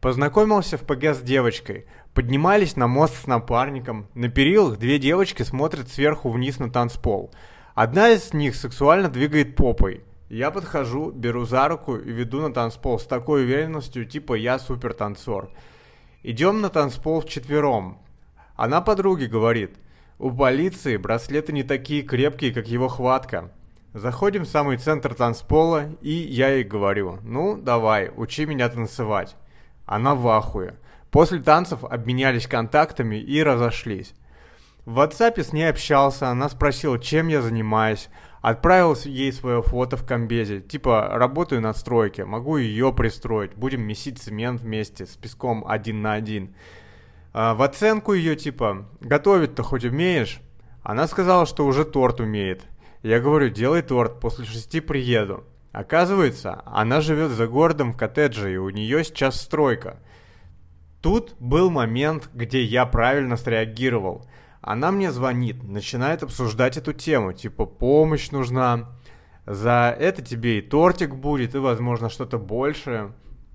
Познакомился в ПГ с девочкой. Поднимались на мост с напарником. На перилах две девочки смотрят сверху вниз на танцпол. Одна из них сексуально двигает попой. Я подхожу, беру за руку и веду на танцпол с такой уверенностью, типа я супер танцор. Идем на танцпол вчетвером. Она подруге говорит: у полиции браслеты не такие крепкие, как его хватка. Заходим в самый центр танцпола, и я ей говорю: ну, давай, учи меня танцевать. Она в ахуе. После танцев обменялись контактами и разошлись. В WhatsApp с ней общался, она спросила, чем я занимаюсь. Отправил ей свое фото в комбезе, типа работаю на стройке, могу ее пристроить, будем месить цемент вместе с песком 1 на 1. В оценку ее типа: готовить-то хоть умеешь? Она сказала, что уже торт умеет. Я говорю: делай торт, после 6 приеду. Оказывается, она живет за городом в коттедже, и у нее сейчас стройка. Тут был момент, где я правильно среагировал. Она мне звонит, начинает обсуждать эту тему, типа помощь нужна, за это тебе и тортик будет, и, возможно, что-то большее.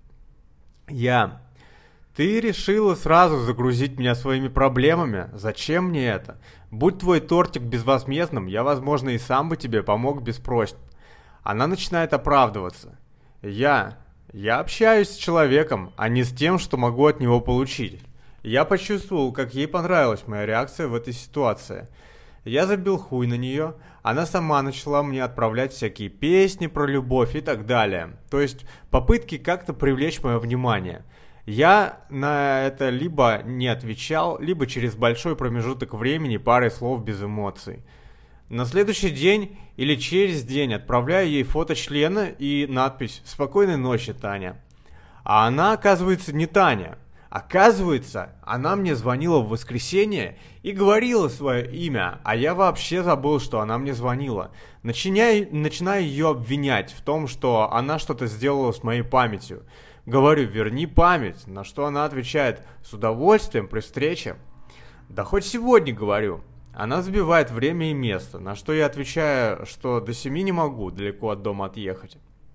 Ты решила сразу загрузить меня своими проблемами? Зачем мне это? Будь твой тортик безвозмездным, я, возможно, и сам бы тебе помог без просьб. Она начинает оправдываться. Я общаюсь с человеком, а не с тем, что могу от него получить. Я почувствовал, как ей понравилась моя реакция в этой ситуации. Я забил хуй на нее, она сама начала мне отправлять всякие песни про любовь и так далее. То есть попытки как-то привлечь мое внимание. Я на это либо не отвечал, либо через большой промежуток времени парой слов без эмоций. На следующий день или через день отправляю ей фото члена и надпись «Спокойной ночи, Таня». А она, оказывается, не Таня. Оказывается, она мне звонила в воскресенье и говорила свое имя, а я вообще забыл, что она мне звонила. Начинаю ее обвинять в том, что она что-то сделала с моей памятью. Говорю: верни память, на что она отвечает: с удовольствием, при встрече. Да хоть сегодня, говорю. Она забивает время и место, на что я отвечаю, что до 7 не могу далеко от дома отъехать.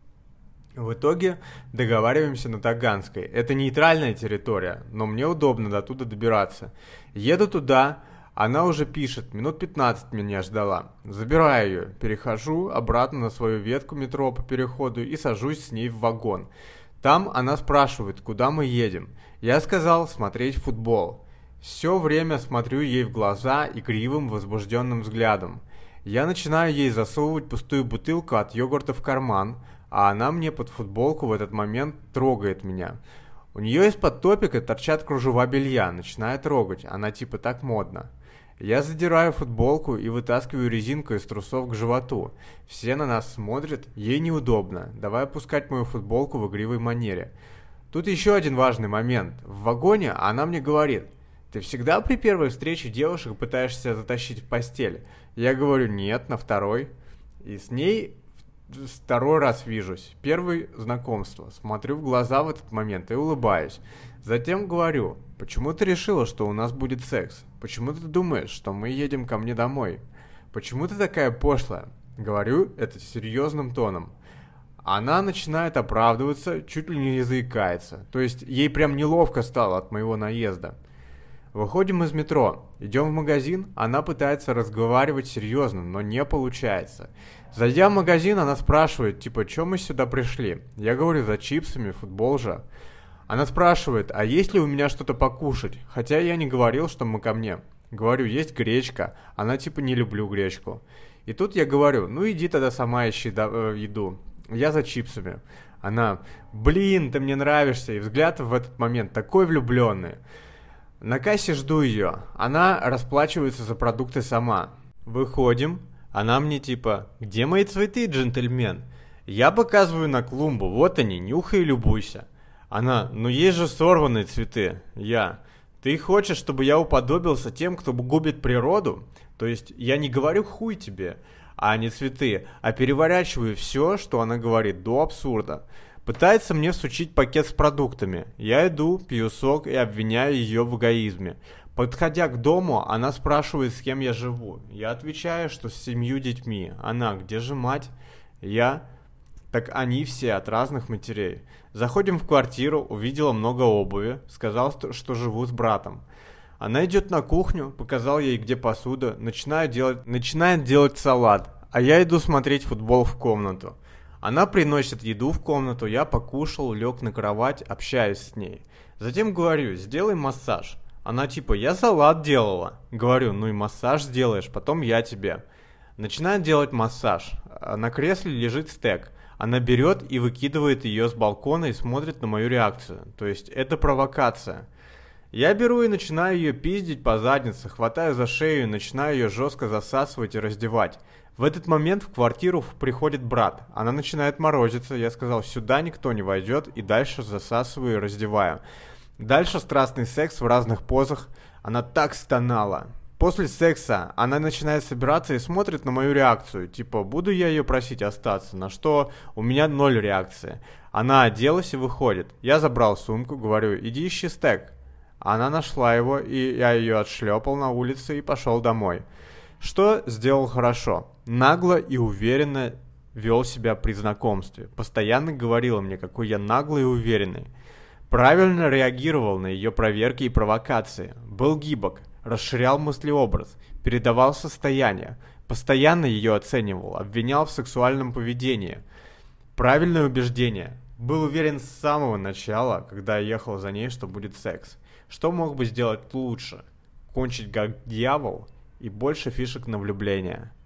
В итоге договариваемся на Таганской. Это нейтральная территория, но мне удобно до туда добираться. Еду туда, она уже пишет, минут 15 меня ждала. Забираю ее, перехожу обратно на свою ветку метро по переходу и сажусь с ней в вагон. Там она спрашивает, куда мы едем. Я сказал: смотреть футбол. Все время смотрю ей в глаза игривым возбужденным взглядом. Я начинаю ей засовывать пустую бутылку от йогурта в карман, а она мне под футболку в этот момент трогает меня. У нее из-под топика торчат кружева белья, начинает трогать, она типа так модно. Я задираю футболку и вытаскиваю резинку из трусов к животу. Все на нас смотрят, ей неудобно, давай опускать мою футболку в игривой манере. Тут еще один важный момент. В вагоне она мне говорит: ты всегда при первой встрече девушек пытаешься затащить в постель? Я говорю: нет, на второй. И с ней второй раз вижусь. Первое знакомство. Смотрю в глаза в этот момент и улыбаюсь. Затем говорю: почему ты решила, что у нас будет секс? Почему ты думаешь, что мы едем ко мне домой? Почему ты такая пошлая? Говорю это серьезным тоном. Она начинает оправдываться, чуть ли не заикается. То есть ей прям неловко стало от моего наезда. Выходим из метро, идем в магазин, она пытается разговаривать серьезно, но не получается. Зайдя в магазин, она спрашивает, типа, чё мы сюда пришли? Я говорю: за чипсами, футбол же. Она спрашивает: а есть ли у меня что-то покушать? Хотя я не говорил, что мы ко мне. Говорю: есть гречка. Она типа: не люблю гречку. И тут я говорю: ну иди тогда сама ищи еду. Я за чипсами. Она: блин, ты мне нравишься. И взгляд в этот момент такой влюбленный. На кассе жду ее. Она расплачивается за продукты сама. Выходим. Она мне типа: где мои цветы, джентльмен? Я показываю на клумбу. Вот они, нюхай и любуйся. Она: ну есть же сорванные цветы. Я: ты хочешь, чтобы я уподобился тем, кто губит природу? То есть я не говорю хуй тебе, а не цветы, а переворачиваю все, что она говорит, до абсурда. Пытается мне всучить пакет с продуктами. Я иду, пью сок и обвиняю ее в эгоизме. Подходя к дому, она спрашивает, с кем я живу. Я отвечаю, что с 7 детьми. Она: где же мать? Я: так они все от разных матерей. Заходим в квартиру, увидела много обуви, сказал, что живу с братом. Она идет на кухню, показал ей, где посуда, начинает делать салат, а я иду смотреть футбол в комнату. Она приносит еду в комнату, я покушал, лег на кровать, общаюсь с ней. Затем говорю, сделай массаж. Она типа, я салат делала. Говорю, ну и массаж сделаешь, потом я тебе. Начинает делать массаж. На кресле лежит стек. Она берет и выкидывает ее с балкона и смотрит на мою реакцию. То есть это провокация. Я беру и начинаю ее пиздить по заднице, хватаю за шею и начинаю ее жестко засасывать и раздевать. В этот момент в квартиру приходит брат. Она начинает морозиться. Я сказал, сюда никто не войдет, и дальше засасываю и раздеваю. Дальше страстный секс в разных позах. Она так стонала. После секса она начинает собираться и смотрит на мою реакцию. Типа, буду я ее просить остаться? На что у меня 0 реакции. Она оделась и выходит. Я забрал сумку, говорю, иди ищи стек. Она нашла его, и я ее отшлепал на улице и пошел домой. Что сделал хорошо? Нагло и уверенно вел себя при знакомстве. Постоянно говорила мне, какой я наглый и уверенный. Правильно реагировал на ее проверки и провокации. Был гибок, расширял мыслеобраз, передавал состояние. Постоянно ее оценивал, обвинял в сексуальном поведении. Правильное убеждение. Был уверен с самого начала, когда я ехал за ней, что будет секс. Что мог бы сделать лучше? Кончить как дьявол и больше фишек на влюбление.